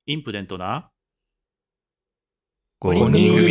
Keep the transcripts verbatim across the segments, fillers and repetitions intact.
インプデントなごにん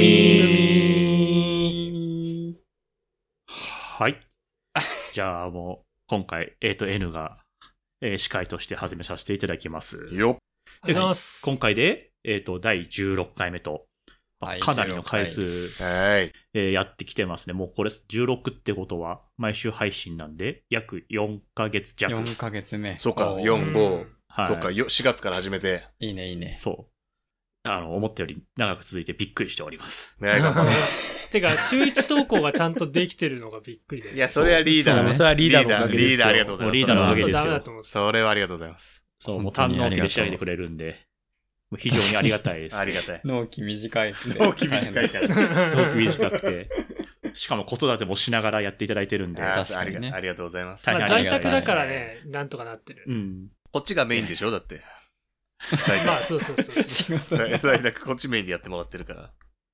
組。はい。じゃあもう今回 A と N が、えー司会として始めさせていただきます。 よっ。 ありがとうございます。 今回で、えーと、だいじゅうろっかいめと、 はいかなりの回数、 はい。 えーやってきてますね。もうこれじゅうろくってことは毎週配信なんで約よんかげつ弱。 よんかげつめ。 そうか、 おーよん、ご、 はい。 そうか、よしがつから始めて。 いいね、いいね。 そう。あの、思ったより長く続いてびっくりしております。 ね、頑張ろう。 てか、週一投稿がちゃんとできてるのがびっくりで。 いや、それはリーダー。 そうねそれはリーダーのおかげですよリーダー、ありがとうございます。 もうリーダーのおかげですよダメだと思って。 それはありがとうございます。 そう、もう本当堪能期にありがとうで仕上げてくれるんで、もう非常にありがたいです。 ありがたい。 納期短い。 納期短いから。 納期短くて、しかも子育てもしながらやっていただいてるんで、 あ確かにねありがありがとうございます。 大まあ、 変ありがたい在宅だからね、なんとかなってる。 うん。 こっちがメインでしょだって。 まあ、そうそうそうそう。 在在宅こっちメインでやってもらってるから。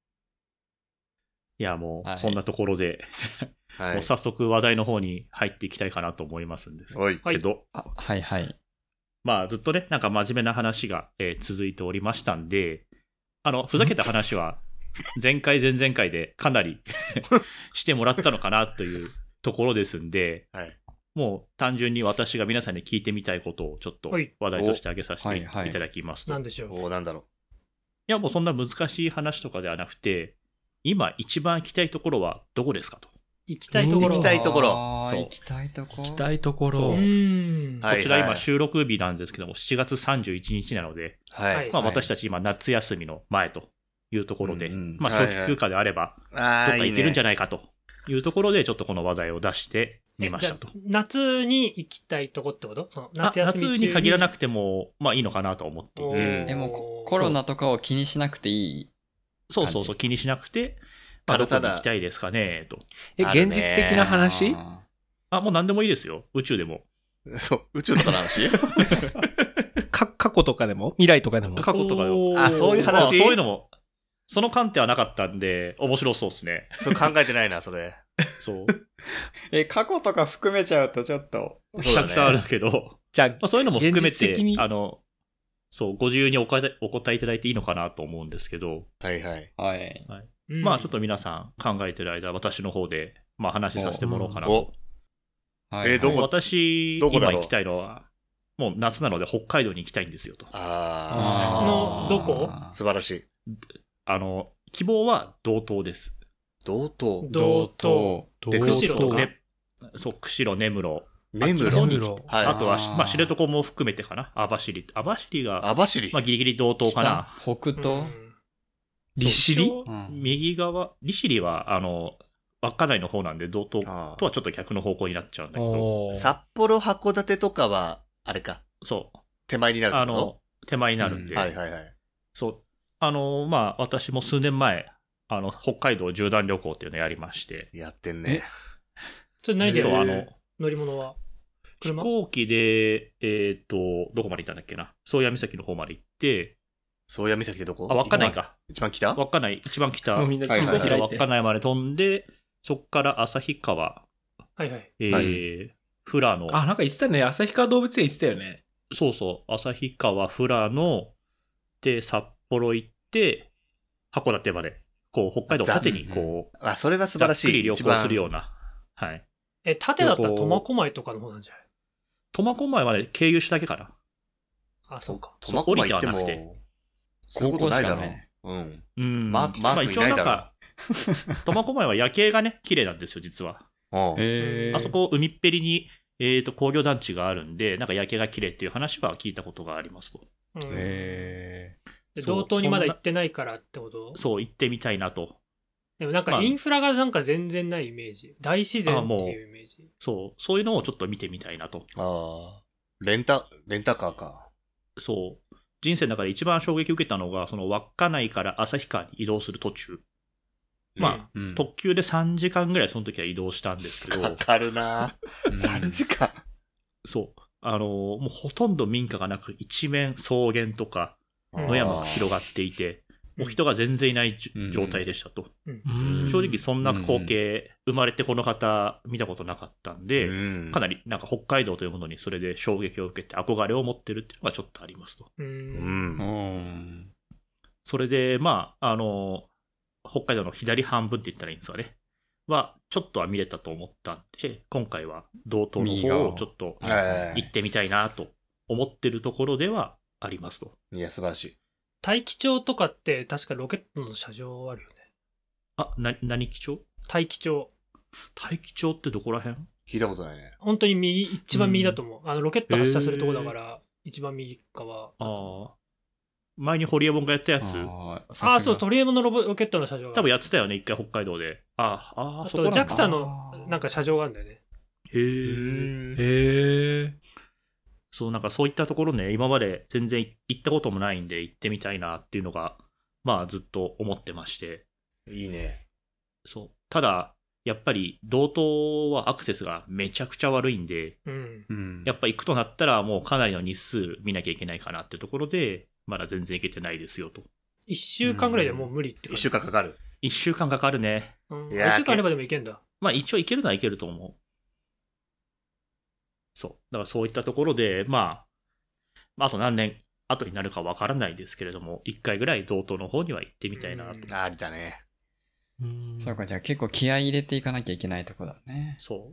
いや、もう、 はいそんなところで、 はい。 もう早速話題の方に入っていきたいかなと思いますんですおい。 けど、 あ、はいはい。 まあずっとね、なんか真面目な話が、えー続いておりましたんで、あの、ふざけた話は、前回前々回でかなりしてもらったのかなというところですんで、 はい。 もう単純に私が皆さんに聞いてみたいことをちょっとはい話題として挙げさせておはいはいいただきますと。いなんでしょう。 おー、なんだろや、もうそんな難しい話とかではなくて、今一番行きたいところはどこですかと。 行きたいところ。 行きたいところそうあー行きたいところ。 行きたいところ。 うーん。 はいこちら今収録日なんですけども、しちがつさんじゅういちにちなので、 う。はい。 はいまあ私たち今夏休みの前というところで、 うんうんまあ長期休暇であれば、どっああ、いいか行けるんじゃね。 ないかというところで、ちょっとこの話題を出してみましたとえ。じゃあ夏に行きたいとこってことそのあ夏休み中夏に限らなくても、まあいいのかなと思っていおて、 ーえ、もうココロナとかを気にしなくていい。 そうそうそう、気にしなくて、まあ、どこただただに行きたいですかね、と。 え、 あるね現実的な話ああ、もう何でもいいですよ。宇宙でも。 そう、宇宙とかの話か、過去とかでも未来とかでも過去とかでも。 おーあそういう話あそういうのも、その観点はなかったんで、面白そうですね。 そう考えてないな、それ。 そう。 ーえ、過去とか含めちゃうとちょっと。 そうだねたくさんあるけど、 じゃあ、 まあ、そういうのも含めて現実的に、 あの、そう、ご自由にお答えお答えいただいていいのかなと思うんですけど、 はいはい。 はい。 うんまあちょっと皆さん考えてる間、私の方で、まあ話させてもらおうかなおと。 はいえーどこ私、 どこだろう今行きたいのは、もう夏なので北海道に行きたいんですよと。 あのどこあ、素晴らしい。 あの、希望は道東です。 道東。 道東。 で釧路とかね、そう、釧路、根室。 根室。 あっちの方に根室はい。 あとは、 あーまあ知床も含めてかな。網走。網走が、 網走。 まあギリギリ道東かな。 北北東、 利尻そううん右側、利尻は、あの、稚内の方なんで、道東あとはちょっと逆の方向になっちゃうんだけど、 おー札幌、函館とかは、あれか。 そう。 手前になるってこあの、手前になるんで、 とはいはいはい。 そう。あの、まあ、私も数年前、あの、北海道縦断旅行っていうのをやりまして、 やってんね。 それ何でそう、あの、 乗り物は飛車行機で、えっ、と、どこまで行ったんだっけな。宗谷岬の方まで行って、 宗谷岬ってどこあ、稚内。か。 一番一番北稚内、一番北、 もうみんなはいはいはい地図開いて。 稚内まで飛んで、そっから旭川、 はいはい。 えーは富良野、 あ、なんか言ってたね。旭川動物園言ってたよね。 そうそう、旭川、富良野、で、札幌行って、函館まで、こう、北海道を縦に、こう、 あ、それは素晴らしい。 ざっくり旅一番行するような。はい。 え、縦だったら旅行苫小牧とかの方なんじゃない苫小牧まで経由しただけかな。 あ、そうか。 苫小牧行っても降りてはなく、 そういうことないだろ高校しかない。 う。うん。 うん。 マークマークまあ一応なんいないだか、苫小牧は夜景がね、綺麗なんですよ、実は。 うん。 えー、 あそこ、海っぺりに、えっ、と、工業団地があるんで、なんか夜景が綺麗っていう話は聞いたことがありますと。 うんえでそう道東にまだ行ってないからってことそう、行ってみたいなと。 でもなんまあかインフラがなんか全然ないイメージ。大自然っていうイメージ。 そう、そういうのをちょっと見てみたいなと。 ああ。レンタ、レンタカーか。 そう。人生の中で一番衝撃を受けたのが、その稚内から旭川に移動する途中。まあ、 ーうん特急でさんじかんぐらいその時は移動したんですけど、 かかるなうんさんじかん。 そう。あのーもうほとんど民家がなく、一面草原とか野山が広がっていて、もう人が全然いないじゅうん状態でしたと。 うん正直そんな光景、生まれてこの方見たことなかったんで、 うんかなりなんか北海道というものにそれで衝撃を受けて憧れを持ってるっていうのがちょっとありますと。 う。 うんん。 うんそれで、まあ、あの、北海道の左半分って言ったらいいんですかね。は、ちょっとは見れたと思ったんで、今回は道東の方をちょっと行ってみたいなと思ってるところではありますと。 いや、素晴らしい。 大気町とかって確かロケットの射場あるよね。 あ、な、何基町？ 大気町。 大気町ってどこら辺？ 聞いたことないね。 本当に右、一番右だと思う。うん、あの、ロケット発射するとこだから、一番右側。 ああ。前にホリエモンがやったやつ？ ああ、そう、ホリエモンのロボロケットの射場が。 多分やってたよね、一回北海道で。ああ、ああ、 あと、ジャクサ のなんか射場があるんだよね。 へえ。へえ。そう、なんかそういったところね、今まで全然行ったこともないんで行ってみたいなっていうのが、まあずっと思ってまして。 いいね。 そう。ただ、やっぱり道東はアクセスがめちゃくちゃ悪いんで、 うん、 やっぱ行くとなったらもうかなりの日数見なきゃいけないかなってところで、まだ全然行けてないですよと。 一週間ぐらいでもう無理って感じ。 一週間かかる。 一週間かかるね。 うん、一週間あればでも行けんだ。 まあ一応行けるのは行けると思う。そう。だからそういったところで、まあ、あと何年後になるかわからないですけれども、一回ぐらい道東の方には行ってみたいなと。 あ、ありだね。 そうか、じゃあ結構気合い入れていかなきゃいけないとこだね。 そう。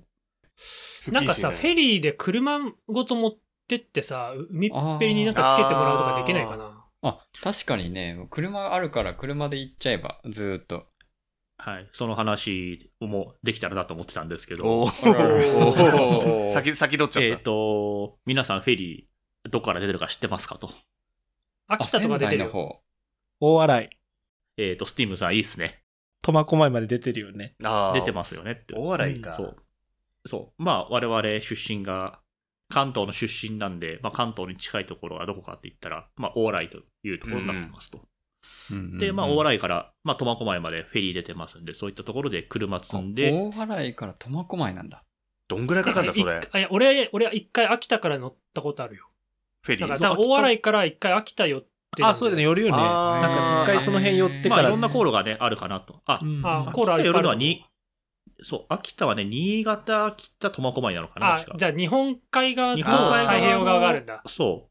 なんかさ、フェリーで車ごと持ってってさ、海っぺりになんかつけてもらうとかできないかな。 あ、確かにね、車あるから車で行っちゃえば、ずーっと。 はい。その話もできたらなと思ってたんですけど。 おー。先、先取っちゃった。 えっと、皆さんフェリー、どこから出てるか知ってますかと。 秋田とか出てるよ。 大洗。 えっと、スティームさんいいっすね。 苫小牧まで出てるよね。 あ出てますよねって。 大洗か、 うん。そう。そう。まあ、我々出身が、関東の出身なんで、まあ、関東に近いところはどこかって言ったら、まあ、大洗というところになってますと。うん、で、まあ、大洗から、まあ、苫小牧までフェリー出てますんで、そういったところで車積んで。 大洗から苫小牧なんだ。 どんぐらいかかるんだ、それ。 あ俺、俺は一回秋田から乗ったことあるよ。 フェリーだから大洗から一回秋田寄って。 あ、そうだね、寄るよね。なんか一回その辺寄ってから。 まあ、いろんな航路がね、あるかなと。あ、うん、あ航路ある。寄るのはに、そう、秋田はね、新潟、秋田、苫小牧なのかな。 あ、じゃあ日本海側と太平洋側があるんだ。 そう。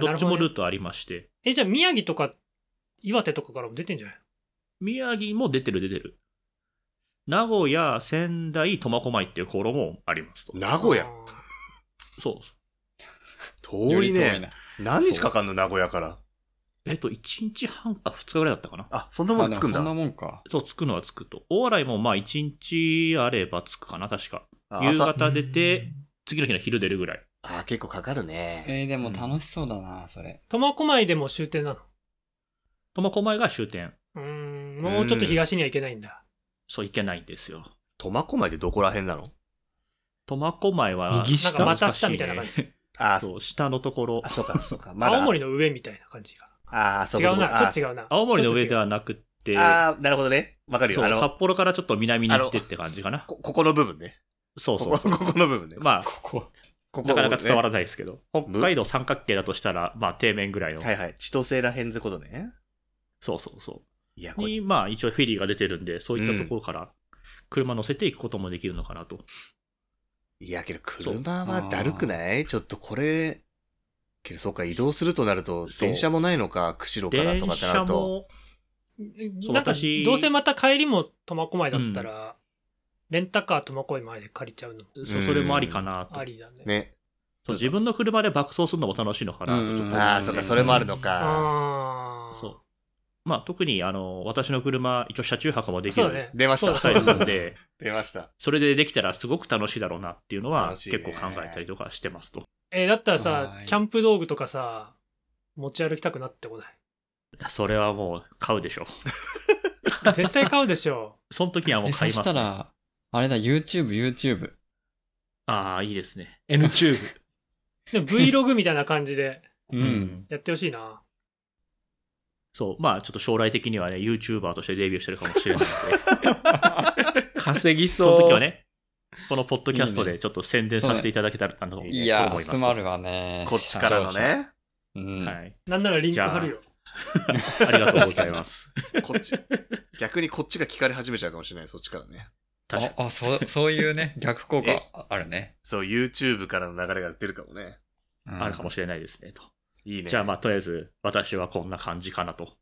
どっちもルートありまして。ね、 え、じゃあ宮城とか岩手とかからも出てんじゃない？ 宮城も出てる出てる。名古屋、仙台、苫小牧っていう航路もありますと。 名古屋そう。 遠いね。何日かかんの名古屋から。 えっと、いちにちはんかふつかぐらいだったかな。 あ、そんなもん着くんだ。 そんなもんか。 そう、着くのは着くと。大洗もまあいちにちあれば着くかな、確か。夕方出て、次の日の昼出るぐらい。 あ、結構かかるね。 えー、でも楽しそうだな、うん、それ。 苫小牧でも終点なの？ 苫小牧が終点。 うーん、もうちょっと東には行けないんだ。 そう、行けないんですよ。 苫小牧ってどこら辺なの？ 苫小牧は、 右下、なんか股下みたいな感じ。 あ、そう、下のところ。 あ、そうか、そうか。 ま、青森の上みたいな感じか。 ああ、そうか。違うな、ちょっと違うな。 青森の上ではなくて。 ああ、なるほどね。わかるよ。 そう、札幌からちょっと南に行ってって感じかな。 こ、ここの部分ね。 そうそうそう。 ここ、ここの部分ね。 まあ、 ここ。 ここなかなか伝わらないですけど。北海道三角形だとしたら、まあ、底面ぐらいの。 はいはい。千歳ら辺ってことね。 そうそうそう。 いや、 これに、まあ、一応フェリーが出てるんで、そういったところから車乗せていくこともできるのかなと。 いや、けど車はだるくない？ちょっとこれ、けどそうか、移動するとなると、電車もないのか、釧路からとかってなると。 電車も、なんか、どうせまた帰りも苫小牧だったら、うん、レンタカー苫小牧まで借りちゃうの。 そう、それもありかなと。 ありだね。 ね。 そう、自分の車で爆走するのも楽しいのかなと、ちょっと。 ああ、そうか、それもあるのか。 ああ。 そう。まあ、特に、あの、私の車、一応車中泊もできる。 ね、 出ました。 サイズなんで。 出ました。 それでできたらすごく楽しいだろうなっていうのは、結構考えたりとかしてますと。 えー、だったらさ、キャンプ道具とかさ、持ち歩きたくなってこない？ それはもう買うでしょ。 絶対買うでしょ。 その時はもう買います、ね。 そしたら、あれだ、YouTube、YouTube。 ああ、いいですね。 N チューブ。 でも Vlog みたいな感じで、 うん。 やってほしいな。 そう。まあ、ちょっと将来的にはね、YouTuber としてデビューしてるかもしれないので。 稼ぎそう。 その時はね、このポッドキャストでちょっと宣伝させていただけたらなと思います。 いや、詰まるわね。 こっちからのね。 うん。 はい。 なんならリンク貼るよ。 ありがとうございます。 こっち。逆にこっちが聞かれ始めちゃうかもしれない、そっちからね。 確かに。あ、あ、そう、そういうね、逆効果あるね。 そう、YouTube からの流れが出るかもね。 うん、あるかもしれないですね、と。 いいね。 じゃあまあ、とりあえず、私はこんな感じかなと。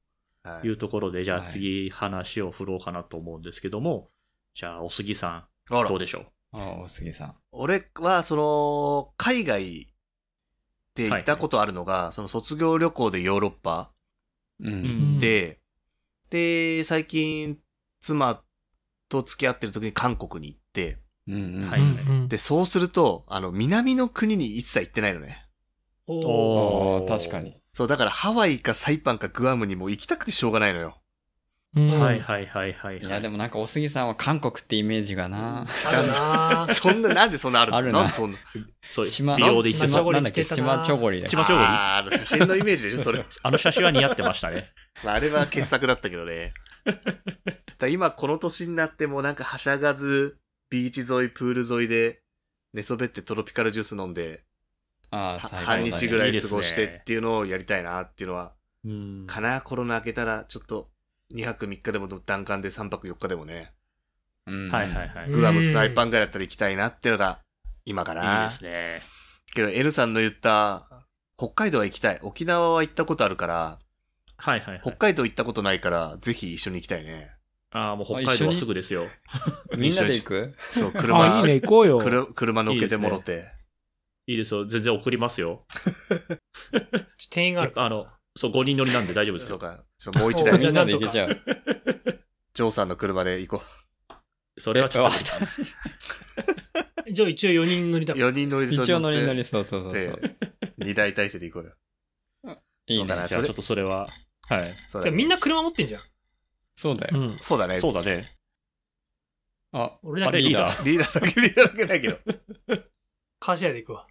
はいいうところで、じゃあはい次話を振ろうかなと思うんですけども、じゃあお杉さん、 あらどうでしょう？ あ、大杉さん。 俺は、その、海外で行ったことあるのが、その卒業旅行でヨーロッパうん。 うんで、で、最近、妻と付き合ってる時に韓国に行って、 うんうん。 はいうんで、そうすると、あの、南の国に一切行ってないのね。 おーおああ、確かに。 そう、だからハワイかサイパンかグアムにも行きたくてしょうがないのよ。 うんはいはいはいはいはい。 いや、でもなんか大杉さんは韓国ってイメージがな。 あるなぁ。 そんな、なんでそんなあるのあるななんでそんな。 そう、 島美容で言ってた島チョゴリなんだっけ、 着てたな島チョゴリだっけ。 島チョゴリあーあの写真のイメージでしょ、それ。 あの写真は似合ってましたね。 まあ、あれは傑作だったけどね。だ今この年になってもなんかはしゃがず、ビーチ沿い、プール沿いで寝そべってトロピカルジュース飲んで、 ああ、 は最高だね半日ぐらい過ごしいいですねてっていうのをやりたいなっていうのは、 うん。 かな、コロナ明けたらちょっとにはくみっかでも弾丸でさんぱくよっかでもね、 うん。 はいはいはい。 うんグアム、サイパンぐらいだったら行きたいなっていうのが今かな。 いいですね。 けど N さんの言った北海道は行きたい。沖縄は行ったことあるから、 はいはいはい。 北海道行ったことないからぜひ一緒に行きたいね。 ああ、もう北海道はすぐですよ。 みんなで行くそう、車、 あ、いいね、行こうよ。 くる車乗っけてもろて。 いいですよ。全然送りますよ。 店員があるから。 あの、そう、ごにん乗りなんで大丈夫ですよ。 そうか。ちょもう一お台みんなでじゃあなんとか行けちゃう。 ジョーさんの車で行こそれはちょっと無理なんです。 じゃあ一応よにん乗りだう。 から。 よにん乗りで一応乗り乗り、 そそうそうそうそう。 に大体制で行こうよ。 いいそうかなね。 じゃあちょっとそれは、はい。 そうだねじゃあみんな車持ってんじゃん。 そうだよ。 うん。 そうだね。 そうだね。 あ、 俺だけリーダーあれリーダー。 リーダーだけ、リーダーだけないけど。 カーシェアで行くわ。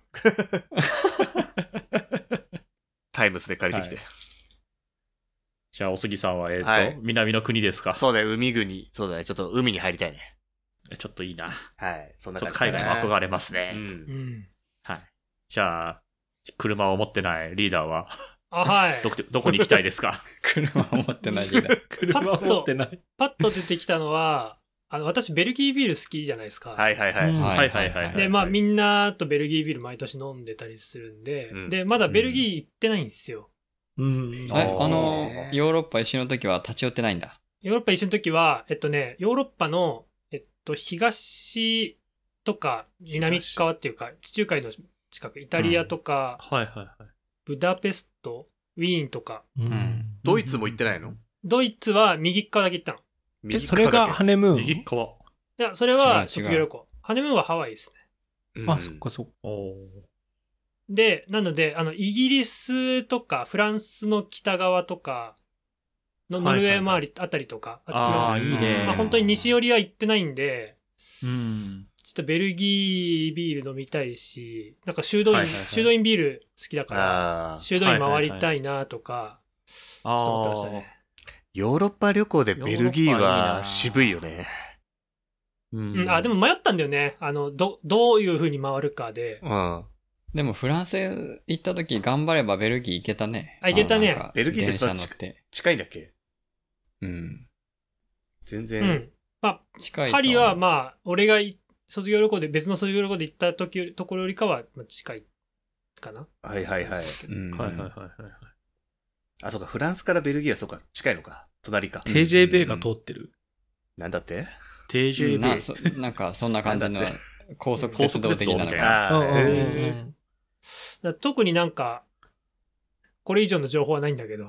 タイムスで借りてきて。 はじゃあお杉さんは、えっと、 はい南の国ですか？ そうだよ、海国。そうだね、ちょっと海に入りたいね。 ちょっといいな。 はい。そんなちょっ感じかな。 と海外も憧れますね。 う。 うんん。 はい。じゃあ、車を持ってないリーダーは、 あ、はい。 どこ、どこに行きたいですか？ 車を持ってないリーダー。 車持ってない。 パッと出てきたのは、あの、私、ベルギービール好きじゃないですか。 はいはいはい。 うんはいはいはいはい。 で、まあ、みんなとベルギービール毎年飲んでたりするんで、 うんで、まだベルギー行ってないんですよ。 うん。 え、 あーあの、ヨーロッパ一周の時は立ち寄ってないんだ。 ヨーロッパ一緒の時は、えっとね、ヨーロッパの、えっと、東とか南側っていうか、地中海の近く、イタリアとか、 はいはいはい。 ブダペスト、ウィーンとか、 うんドイツも行ってないのドイツは右側だけ行ったの。 え、 右それがハネムーン右側。 いや、それ違う違はう卒業旅行。ハネムーンはハワイですね。 側あ、そっかそっか。 おーで、なので、あの、イギリスとか、フランスの北側とか、のノルウェー周りあたりとか、あっちの、 ああ、いいね。 まあ本当に西寄りは行ってないんで、 うん。 ちょっとベルギービール飲みたいし、なんか修道院、 はいはいはい修道院ビール好きだから、 ああ。 修道院回りたいなとか、ちょっと思ってましたあね。 ヨーロッパ旅行でベルギーは渋いよね。 ーううん、あ、でも迷ったんだよね。あの、ど、どういう風に回るかで。 うん。 でもフランス行った時頑張ればベルギー行けたね。 あ行けたねあのなんかベルギーって電車乗って。 近いんだっけうん。 全然。 うん。まあ、 近いとパリはまあ、俺がい卒業旅行で、別の卒業旅行で行った時、ところよりかは、まあ、近いかな。 はいはいはい。 うん。 はいはいはいはい。 あ、そうか、フランスからベルギーはそうか、近いのか。隣か。 うんティージェー ベイが通ってる。 なんだってテージェーベイ。 うんなそなんかそんな感じのなんだっ高速鉄道的なの高速鉄道みたいが。 ああ、 うんうんうんへうん。 だから特になんか、これ以上の情報はないんだけど。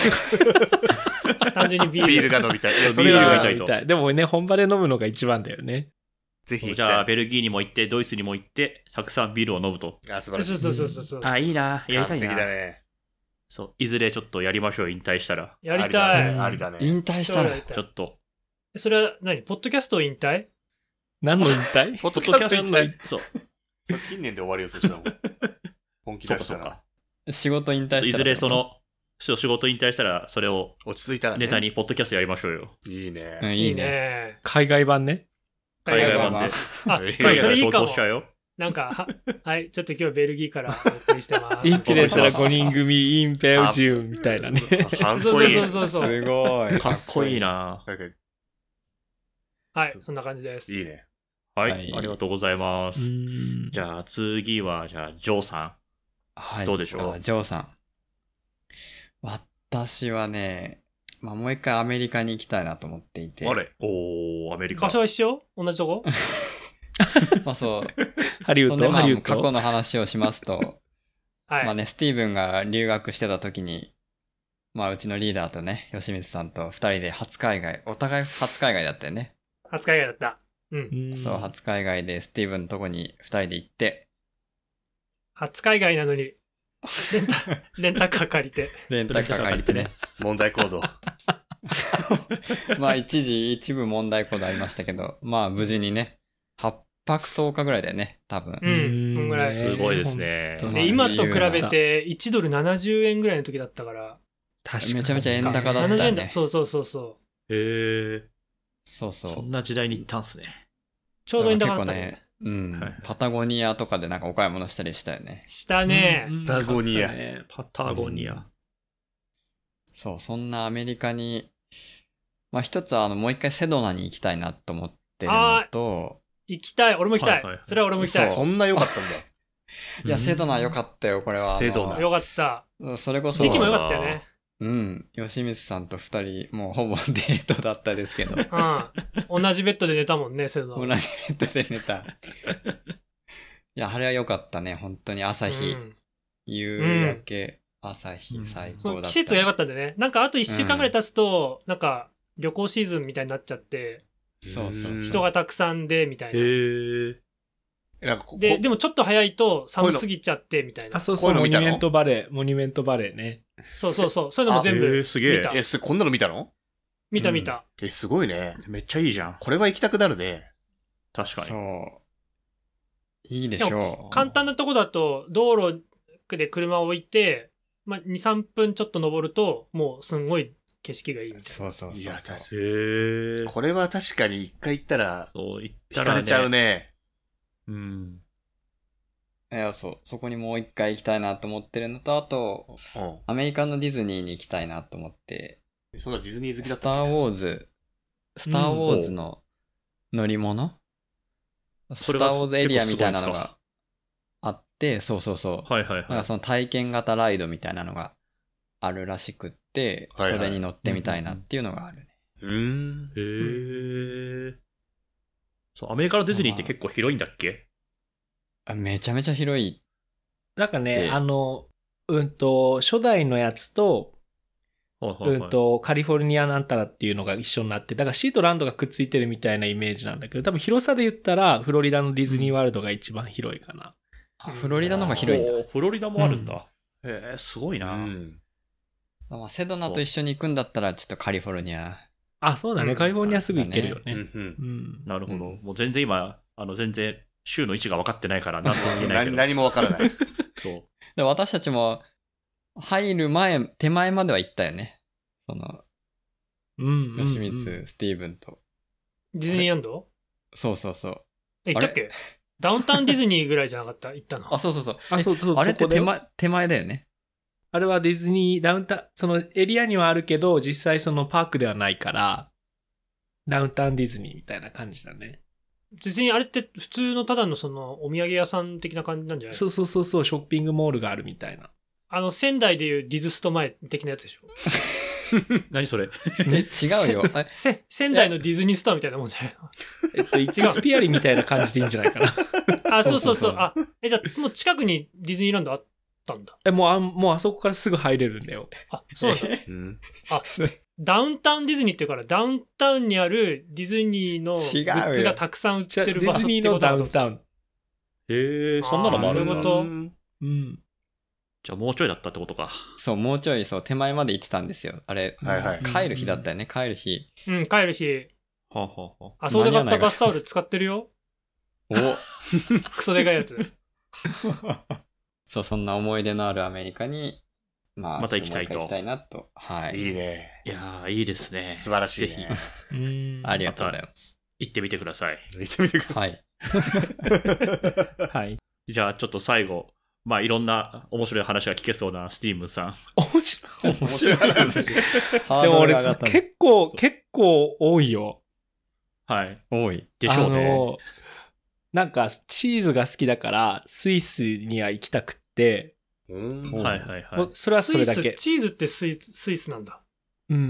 単純にビール。 ビールが飲みたい。いや、そビーれはルが飲みたいとみたい。でもね、本場で飲むのが一番だよね。 ぜひ行きじゃあ、 たい。 ベルギーにも行って、ドイツにも行って、たくさんビールを飲むと。 あ、素晴らしい。 そうそうそうそうそう。 あ、いいな。やりた完いな。 璧だね。 そう。いずれちょっとやりましょう、引退したら。 やりたい。 ありだね。 引退したら超やり。たいちょっと。 それは何ポッドキャストを引退何の引退ポッドキャスト行きたい。 そう。 それ近年で終わりよ、そしたらもう。本気そうか、 出したらそうか。。 仕事引退したら。 いずれそ、の、そう仕事引退したら、それを落ち着いたらね。 ネタに、ポッドキャストやりましょうよ。 いいね。 うん、いいね。 海外版ね。 海外版で。 海外版あ、 海海外で投それいいかも稿しちゃうよ。 なんか、は、はい、ちょっと今日ベルギーからお送りしてます。 インペレーターごにん組、インペウジウムみたいなね。 かっそうこいい。 そうそうそう。 すごい。 かっこいいな。 なんかはい、そんな感じです。 いいね。 はい、 はいありがとうございまうす。 んじゃあ次は、じゃあ、ジョーさはい。 どうでしょうあジョーさん。私はね、 まあもう一回アメリカに行きたいなと思っていて。 あれおー、アメリカ。 場所は一緒？同じとこ？ まあそう。 ハリウッド、 そんでまあハリウッド。 過去の話をしますと、 はい。 まあね、スティーブンが留学してた時に、まあうちのリーダーとね、吉光さんと二人で初海外、お互い初海外だったよね。 初海外だった。うん。 うんそう、初海外でスティーブンのとこに二人で行って、 初海外なのに、レンタ、レンタカー借りて。 レンタカー借りてね。 問題行動。 まあ一時、一部問題行動ありましたけど、まあ無事にね、はっぱくとおかぐらいだよね、多分。 うん、こんぐらい。 すごいですね。 本当で、今と比べていちドルななじゅうえんぐらいの時だったから。 確かに。 めちゃめちゃ円高だったななじゅうえんねだ。そうそうそうそう。 へー。 そうそう。 そんな時代に行ったんすね。 ちょうど円高だった結構ね、うん、 はいパタゴニアとかでなんかお買い物したりしたよね。 したね。 うんうんパタゴニア買ったねパタゴニア。 うんそう、そんなアメリカに、まあ一つはあの、もう一回セドナに行きたいなと思ってるのと、 行きたい。俺も行きたい。 はいはいはいそれは俺も行きたい。 そそんな良かったんだ。 いや、セドナ良かったよ、これは。あのセドナよかった。 それこそ、 時期も良かったよね。 うん、吉光さんと二人、もうほぼデートだったですけど、 うん。同じベッドで寝たもんね、セドナ。 同じベッドで寝た。いや、あれは良かったね、本当に朝日、 うん夕焼け、朝日うん最そ高だった。 の季節が良かったんでね。なんかあといっしゅうかんぐらい経つと、なんか旅行シーズンみたいになっちゃって、 そうそうそう。 人がたくさんで、みたいへな。 ー。 なんかこで、 こでもちょっと早いと寒すぎちゃって、みたいな。 あ、そうそうう、 こいうの見たのモニュメントバレー、モニュメントバレーね。 そうそうそう。そういうのも全あへ部ーすげえ見た。 え、それこんなの見たの？ 見た見た。 え、すごいね。 めっちゃいいじゃん。 これは行きたくなるね。 確かに。 そう。いいでしでょう。 簡単なとこだと、道路で車を置いて、まあ、に、さんぷんちょっと登ると、もうすんごい景色がいいみたいな。 そうそうそうそう。 いや確かへー。 これは確かに一回行ったら、 そう、行ったら、ね。 惹かれちゃうね。 うん。 いや、そう。そこにもう一回行きたいなと思ってるのと、あと、 うアメリカのディズニーに行きたいなと思って、 ん。そんなディズニー好きだスター・ったっけ？ ウォーズ、スター・ウォーズの乗り物、スター・それがウォーズエリアみたいなの結構すごいんがあって、そうそうそう。 はいはいはいなんか。その体験型ライドみたいなのがあるらしくって、 はいはいそれに乗ってみたいなっていうのがあるね。 うーん。 へー。そう、アメリカのディズニーって結構広いんだっけ？ あめちゃめちゃ広い。 なんかね、 であの、うんと、初代のやつと、 はいはいはい。 うんと、カリフォルニアなんたらっていうのが一緒になって、だからシーとランドがくっついてるみたいなイメージなんだけど、多分広さで言ったら、フロリダのディズニーワールドが一番広いかな。 あフロリダの方が広いんだ。 おーフロリダもあるんだ。へえ、すごいうな。 ん。 まあ、セドナと一緒に行くんだったら、ちょっとカリフォルニア。 あ、そうだね。 うんカリフォルニアすぐ行けるようんね。 うんうん。 なるほど。 うんもう全然今、あの、全然、州の位置が分かってないから、なんとも言えないけど。 何何もわからない。 そう。 で、私たちも、入る前、手前までは行ったよね。その、 うんうんうん。 吉光、スティーブンと。 ディズニーランド？ そうそうそう。 え、行ったっけ？ダウンタウンディズニーぐらいじゃなかった行ったの。 あ、そうそうそう。 あ、そうそう、 あれってそこだよ手前、手前だよね。 あれはディズニー、ダウンタウン、そのエリアにはあるけど、実際そのパークではないから、ダウンタウンディズニーみたいな感じだね。 別にあれって普通のただのそのお土産屋さん的な感じなんじゃない？ そうそうそうそう、ショッピングモールがあるみたいな。 あの、仙台でいうディズスト前的なやつでしょ？ 何それ？ え、違うよ。えせ仙台のディズニーストアみたいなもんじゃないえっと、イクスピアリみたいな感じでいいんじゃないかな。 の？あ、そうそうそう。 そうそうそうあ、え、じゃあもう近くにディズニーランドあったんだ。 え、もうあ、もうあそこからすぐ入れるんだよ。 あ、そうなんだ。 うん。 ダウンタウンディズニーっていうから、ダウンタウンにあるディズニーのグ違うよッズがたくさん売っじゃあデてる場所ってィズニーのことだと思ってたダウンタウン。 へえ、そんなのもあるんだ。 そういうことんうん。 じゃあもうちょいだったってことか。 そう、もうちょい、そう、手前まで行ってたんですよ。あれ、 はいはい。 帰る日だったよね、帰る日。 うん、帰る日、 はあ、はあはあそこで買ったバスタオル使ってるよ。 おクソでかいやつ。 そう、そんな思い出のあるアメリカに、まあ、 また行きたいとちょっもう一回行きたいなと。はい。 いいね。 あ、いやー、いいですね。 素晴らしいね。 ぜうん。 ありがとうございます。 行ってみてください。 行ってみてください。 はい。 はい。 じゃあちょっと最後、まあいろんな面白い話が聞けそうなスティームさん。 面白い。 面白い話。 ハーでも俺ドルが上がったの結構、 そう結構多いよ。 はい。 多い。 でしょうね。 あの、なんか、チーズが好きだから、スイスには行きたくって、 うん。 はいはいはい。 もうそれはそれだけスイス、。チーズってスイススイスなんだ。 うん。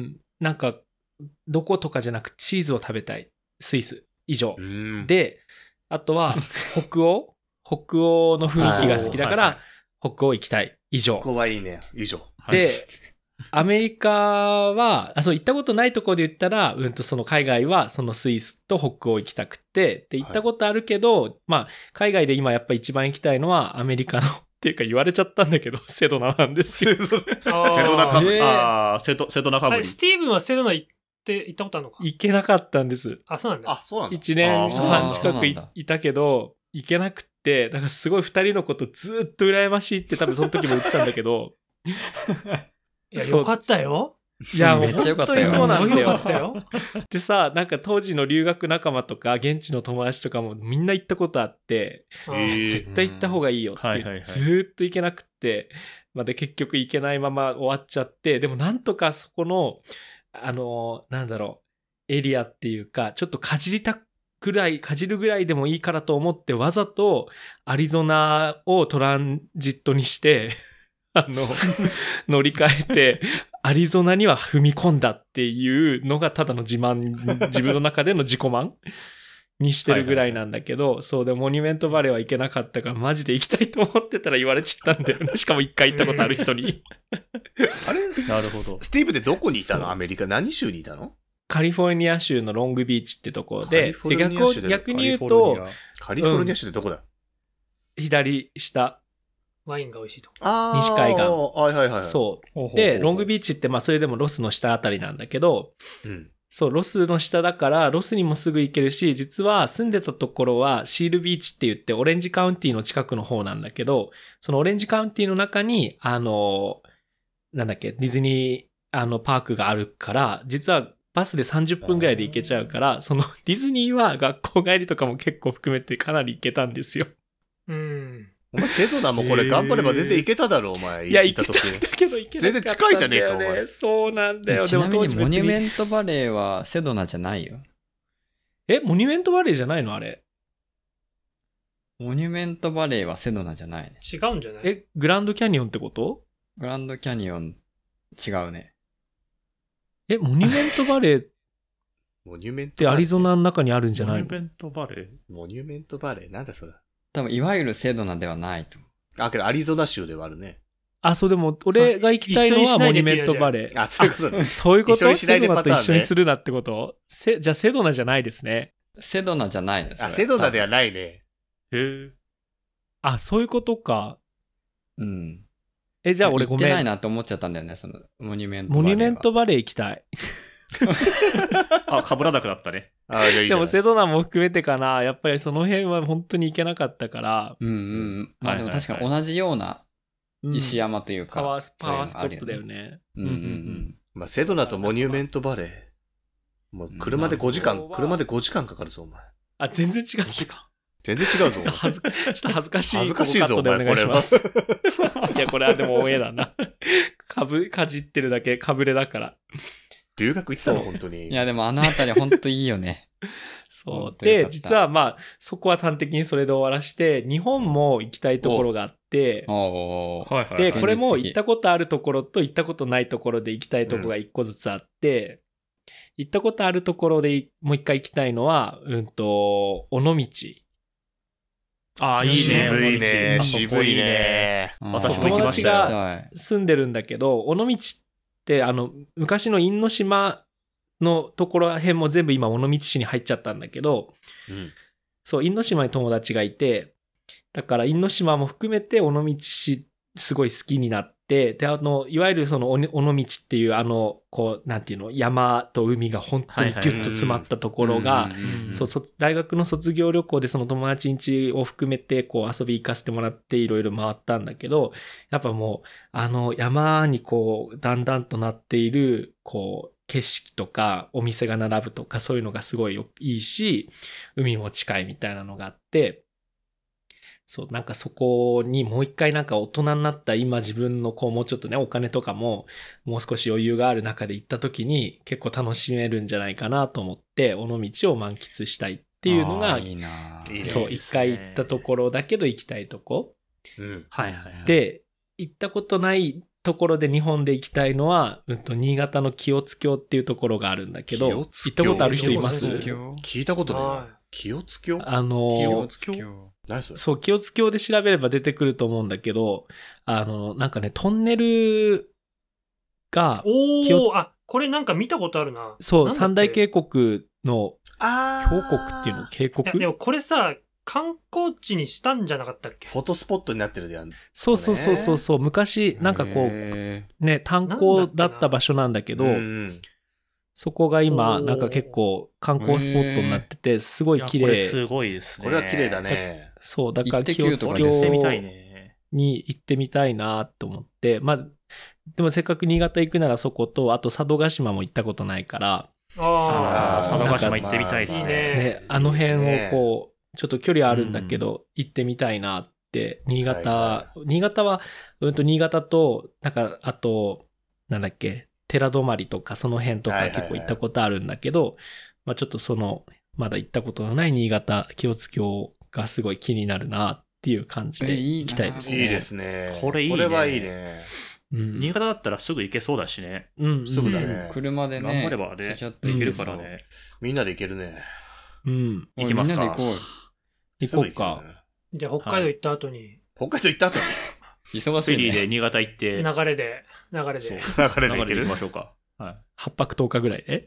なんか、どことかじゃなくチーズを食べたい。スイス。以上。 うん。 で、あとは、北欧北欧の雰囲気が好きだから、 はいはい北欧行きたい。以上。 ここはいいね。以上。 で、アメリカは、あ、そう、行ったことないところで言ったら、うんと、その海外は、そのスイスと北欧行きたくて、で、行ったことあるけど、まあ、海外で今やっぱ一番行きたいのは、アメリカの、っていうか言われちゃったんだけど、セドナなんですよ。 セドあナかぶり。 ああ、瀬戸、瀬戸中ぶりあれ、。スティーブンはセドナ行って、行ったことあるのか行けなかったんです。 あ、そうなんだ。 あ、そうなんだ。 一年半近くいあーそうなんだいたけど、行けなくって、だからすごい二人のことずーっと羨ましいって多分その時も言ってたんだけど、 いや、 そうよかったよ。 いや、もうめっちゃよか本当にったよそうなんだよかったよ。 よ。 でさ、なんか当時の留学仲間とか、現地の友達とかもみんな行ったことあって、 うんえー絶対行った方がいいよって言って、 はいはいはいずーっと行けなくって、まあ、で結局行けないまま終わっちゃって、でもなんとかそこの、あの、なんだろう、エリアっていうか、ちょっとかじりたくらい、かじるぐらいでもいいからと思って、わざとアリゾナをトランジットにして、あの、乗り換えて、アリゾナには踏み込んだっていうのがただの自慢、自分の中での自己満にしてるぐらいなんだけど、そうで、モニュメントバレーは行けなかったから、マジで行きたいと思ってたら言われちゃったんだよね。しかも一回行ったことある人に。 あれなるほど。 スティーブってどこにいたそうのアメリカ。何州にいたのカリフォルニア州のロングビーチってところで、 カリフォでルニア州で逆を逆に言うカリフォルとニ、 カリフォルニア州ってどこだ、 左下、 ワインが美味しいとこ。 あー。 西海岸はいはいはい。 そう。 ほうほうほうほうで、ロングビーチって、まあそれでもロスの下あたりなんだけど、 う。うん。 そう、ロスの下だから、ロスにもすぐ行けるし、実は住んでたところはシールビーチって言って、オレンジカウンティの近くの方なんだけど、そのオレンジカウンティの中に、あの、なんだっけ、ディズニー、あの、パークがあるから、実はバスでさんじゅっぷんぐらいで行けちゃうから、そのディズニーは学校帰りとかも結構含めてかなり行けたんですよ。 うん。 お前、セドナもこれ頑張れば全然いけただろ、お前。 いや、 行った時行けたんだけど行けなかったんだよね。 全然近いじゃねえかお前そうなんだよ。 ちなみにモニュンメントバレーはセドナじゃないよ。 え、モニュメントバレーじゃないのあれ。 モニュメントバレーはセドナじゃないね。 違うんじゃない？ え、グランドキャニオンってこと？ グランドキャニオン違うね。 え、モニュメントバレーっモニュメントてバレー。 アリゾナの中にあるんじゃないの？ モニュメントバレー。 モニュメントバレーなんだそれ。 多分いわゆるセドナではないと思う。 あ、けどアリゾナ州ではあるね。 あ、そう、でも、俺が行きたいのはモ一緒にしないニュメントでって言うじゃんバレー。 あ、そういうことね。 そういうこと？ 一緒にしないでセドナとパターンね一緒にするなってことせじゃあセドナじゃないですね。 セドナじゃないのそれあ、セドナでは多ないね。 へえ。 あ、そういうことか。 分うん。 え、じゃあ俺ご行ってないめん。 なって思っちゃったんだよね、その、モニュメントバレーは。 モニュメントバレー行きたい。 あ、被らなくなったね。 あ、じゃあいいじゃん。 でもセドナも含めてかな。やっぱりその辺は本当に行けなかったから。 うんうんうん。まあでも確かに同じようなうん石山というか。 パワース、パワースポそういうのあるットだよ。ね。 うんうんうん。 まあ、セドナとモニュメントバレー。もう車でごじかん、車でごじかんかかるぞ、お前。 あ、全然違う。 全然違うぞ。 ちょっと恥ずか、ちょっと恥ずかしい。 恥ずかしいぞ、おここカットでお前、 願いしこれはま。す。いや、これはでもオンエアだな。かぶ、かじってるだけ、かぶれだから。 留学行ってたの、本当に。 いやでもあのあたりほんといいよね。 そう。で、 本当よかった実はまあ、そこは端的にそれで終わらして、日本も行きたいところがあって、 おー。 はいはい、はい。 で、これも現実的行ったことあるところと行ったことないところで行きたいところが一個ずつあって、行ったことあるところでもう一回行きたいのは、うんと、尾道。 ああ、いいね。 渋いね、 あそこ渋い。ね。 うん私も行きましたよ行きたい住んでるんだけど、尾道って、あの、昔の因島のところら辺も全部今尾道市に入っちゃったんだけど、 うん。 そう、因島に友達がいて、だから因島も含めて尾道市すごい好きになって、で、あの、いわゆるその尾尾道っていうあの、こう、なんていうの、山と海が本当にギュッと詰まったところが、 うんうんそう、卒大学の卒業旅行でその友達ん家を含めて、こう遊び行かせてもらっていろいろ回ったんだけど、やっぱもう、あの山にこう、だんだんとなっている、こう、景色とか、お店が並ぶとか、そういうのがすごいよいいし、海も近いみたいなのがあって、そう、なんかそこにもう一回なんか大人になった今自分のこうもうちょっとね、お金とかももう少し余裕がある中で行った時に結構楽しめるんじゃないかなと思って、尾道を満喫したいっていうのがあー、いいなぁいいねそう、一回行ったところだけど行きたいとこ。 うん。 はいはいはい。、 で、行ったことないところで日本で行きたいのは、うんと、新潟の清津峡っていうところがあるんだけど、行清津峡ったことある人います清津峡聞いたことないなは。 清津峡あの清ー、 津峡何それそう、清津峡で調べれば出てくると思うんだけど、あの、なんかね、トンネルが、清津おー、あ、これなんか見たことあるな。 そう、 なんだっけ三大渓谷のあ峡谷っていうの、渓いや、で谷もこれさ、観光地にしたんじゃなかったっけ？ フォトスポットになってるじゃん。 そうそうそうそうそう、昔、なんかこう、 へね、炭鉱だった場所なんだけど、 うんそこが今、 おーなんか結構観光スポットになってて、すごい綺いやこれ麗。 すごいですね。 これは綺麗だね。 そう、だからイッテ Q 清津とかこれ行ってみたい峡ね。 に行ってみたいなと思って、まあ、でもせっかく新潟行くならそこと、あと佐渡島も行ったことないから、 ああ、 あ佐渡なんか島行ってみたいですね。 いいねね、あの辺をこう、ちょっと距離あるんだけど、行ってみたいなって、新潟、 はいは新潟は、うんと新潟と、なんか、あと、なんだっけ、寺泊とかその辺とかはいはいはい結構行ったことあるんだけど、まあちょっとその、まだ行ったことのない新潟、清津峡がすごい気になるなっていう感じでえいいな行きたいですね。 いいですね。 これいいねこれはいいね。 うん。 新潟だったらすぐ行けそうだしね。 うんうん、 すぐだね車でね、 頑張ればねちゃちゃっとうん行け行けるるからね。 みんなで行けるね。 うん。 行きますかみんなで行こうよ。 行こうか。 すぐ行けるねじゃあ北海道行った後に、 北海道行った後に忙しいね。 フェリーで新潟行って、 流れで、流れそうで。 流れで行ける流れで行きましょうか。はい。 はっぱくとおかぐらいで。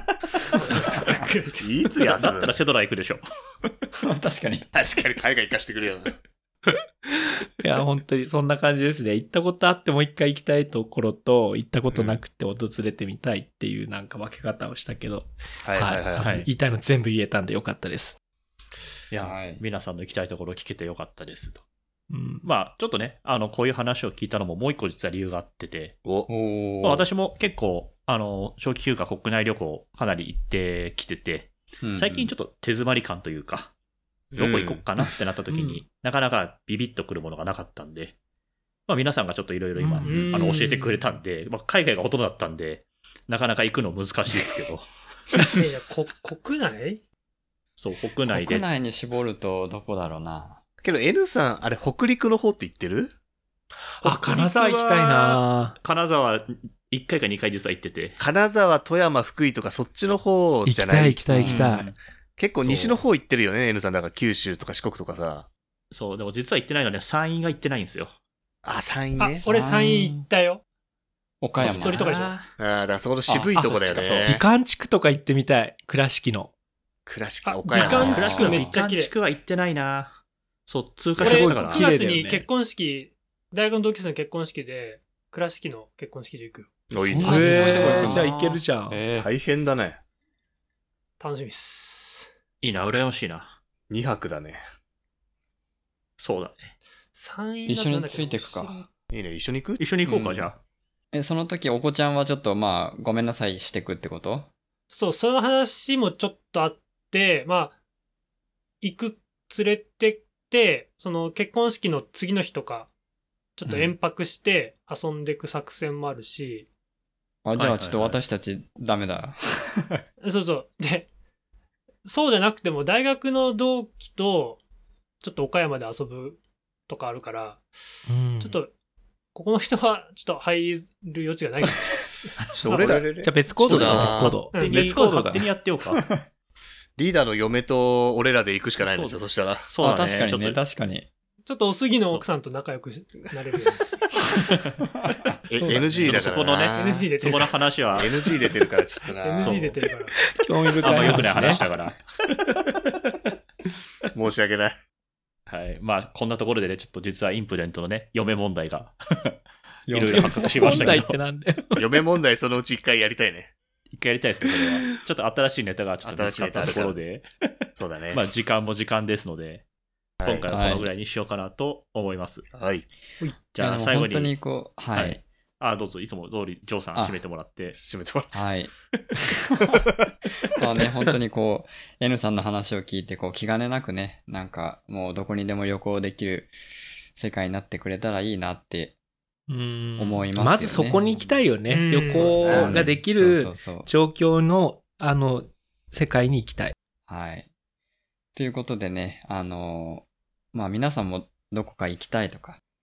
いつ休むだったらセドラ行くでしょ。 確かに。 確かに海外行かしてくれよ。 いや、本当にそんな感じですね。行ったことあってもう一回行きたいところと、行ったことなくて訪れてみたいっていうなんか分け方をしたけど、 はいはいはい。 はい言いたいの全部言えたんでよかったです。 いや、 はい皆さんの行きたいところ聞けてよかったですと。 うん。 まあ、ちょっとね、あの、こういう話を聞いたのももう一個実は理由があってて、 お、 おー。 まあ私も結構、あの、長期休暇国内旅行かなり行ってきてて、最近ちょょっっと手詰まり感というか、どこ行こっかなってなった時に、 うんなかなかビビッとくるものがなかったんで、まあ皆さんがちょっといろいろ今、 うんあの、教えてくれたんで、まあ海外がほとんどだったんで、なかなか行くの難しいですけど、 いやいや、こ国内そう、国内で国。内に絞るとどこだろうな。 けど N さん、あれ北陸の方って言ってるあ、金沢行きたいな金沢いっかいかにかい実は行ってて。 金沢、富山、福井とかそっちの方行じゃないきたい行きたい行きたい。 うん結構西の方行ってるよね、N さん。だから九州とか四国とかさ。 そう、でも実は行ってないのね、山陰が行ってないんですよ。 あ、山陰あね、。 俺山陰行ったよ。 岡山。 鳥取とかでしょあああ、だからそこの渋いとこだよああそっちかね美。観地区とか行ってみたい。倉敷の。 倉敷、 あ岡山。 美観ー地区めっちゃ綺麗美観地区は行ってないな。そう、通過しすごいたから俺、9 綺麗だよね月に結婚式、大学の同級生の結婚式で、倉敷の結婚式で行くよ。 おいいそんな遠いね。 とこ行くんだじゃあ行けるじゃん。 えー大変だね。 楽しみっす。 いいな、羨ましいな。 にはくだね。 そうだね。 山陰一緒にだとなんだっけついてくか。 いいね、一緒に行く一緒に行こうか、 うんじゃあ。 え、その時お子ちゃんはちょっとまあ、ごめんなさいしてくってことそう、その話もちょっとあって、まあ、行く、連れてって、その結婚式の次の日とか、ちょっと延泊して遊んでいく作戦もあるし、 あ、じゃはいはいはいあちょっと私たちダメだ。 そうそう。で、そうじゃなくても大学の同期と、ちょっと岡山で遊ぶとかあるから、 うんちょっと、ここの人はちょっと入る余地がないかも。 ちょっと俺ら、 じゃあ別行動だよ、 そうだな別行動。 うん別行動勝手にやってようか。 リーダーの嫁と俺らで行くしかないんですよ、そしたら。 あ、 そうだね。 確かにね、 ちょっと確かに。 ちょっとおすぎの奥さんと仲良くなれるよえ、 そうだねエヌジー だからちょっとそこのねな。 うに。エヌジー 出てるかそこの話は、 エヌジー 出てるからちょっとら。 な。 エヌジーそう出てるから。 興味深いあんま良くない話話ね。 だから。 申し訳ない。 はい。まあ、こんなところでね、ちょっと実はインプデントのね、嫁問題が、いよろいろ発覚しましたけど問題って、なんだよ。 嫁問題そのうち一回やりたいね。 一回やりたいですね、これは。ちょっと新しいネタがちょっと見つかったところで、 そうだね。 まあ、時間も時間ですので、 はい今回はこのぐらいにしようかなと思います。 はい。 じゃあ、 いやでも最後本当にに、 こう、はい。 はいあ、どうぞ、いつも通り、ジョーさんあ締めてもらって。 締めてもらう。 はい。まあね、本当にこう、N さんの話を聞いて、こう、気兼ねなくね、なんか、もうどこにでも旅行できる世界になってくれたらいいなってうん思いますよねまずそこに行きたいよね。 うん旅行ができるそうそうそう。 状況の、あの、世界に行きたい。 はい。ということでね、あのーまあ皆さんもどこか行きたいとか、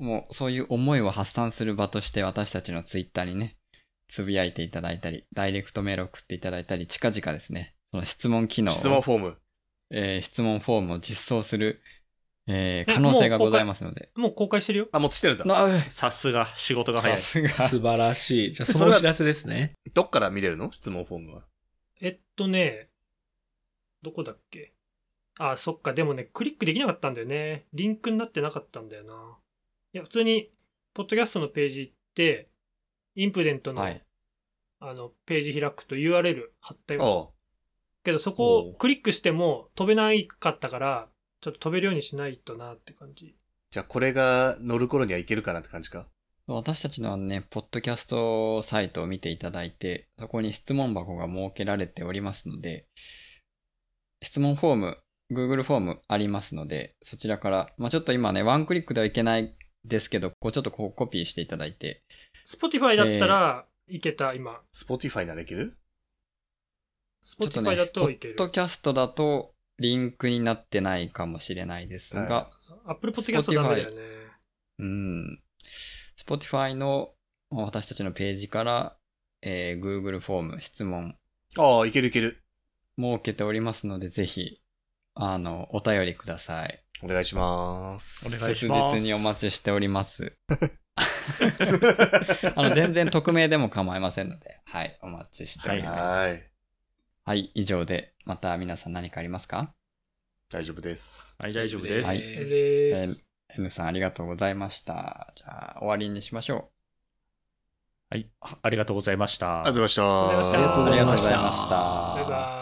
もうそういう思いを発散する場として私たちのツイッターにね、つぶやいていただいたり、ダイレクトメールを送っていただいたり、近々ですね、その質問機能を、 質問フォーム。 えー質問フォームを実装する、えーえ可能性がございますので。 もう公開してるよ。 あ、もうしてるんだ。 なうさすが、仕事が早い。 さすが。 素晴らしい。じゃあそのお知らせですね。 どっから見れるの質問フォームは。 えっとね、どこだっけ。あ、そっか。でもね、クリックできなかったんだよね。リンクになってなかったんだよな。いや、普通に、ポッドキャストのページ行って、インプデントの、 はい。 あの、ページ開くと ユーアールエル 貼ったよ。 あけどそこおうをクリックしても飛べないかったから、ちょっと飛べるようにしないとなって感じ。 じゃあこれが乗る頃にはいけるかなって感じか。 私たちのね、ポッドキャストサイトを見ていただいて、そこに質問箱が設けられておりますので、質問フォーム、Google フォームありますので、そちらから、まあちょっと今ね、ワンクリックではいけないですけど、こうちょっとこうコピーしていただいて、 Spotify だったらいけた、今。 Spotify ならいける？ ちょっと Spotify ね、 だポッといける。 ドキャストだとリンクになってないかもしれないですが、 は Apple Podcast ダメだよね。 うん。Spotify の私たちのページから、えー Google フォーム、質問ああ、いけるいける。 設けておりますので、ぜひ、あの、お便りください。 お願いします。 お願いします切実にお待ちしております。あの、全然匿名でも構いませんので、はい、お待ちしております。はい、 はい。 はい以上で、また皆さん何かありますか？ 大丈夫です。 はい、大丈夫です。 はいでえーす。 N さんありがとうございました。じゃあ、終わりにしましょはい、ありがとうございました。 ありがとうございました。 ありがとうございましたう。ありがとうございました。 バイバイ。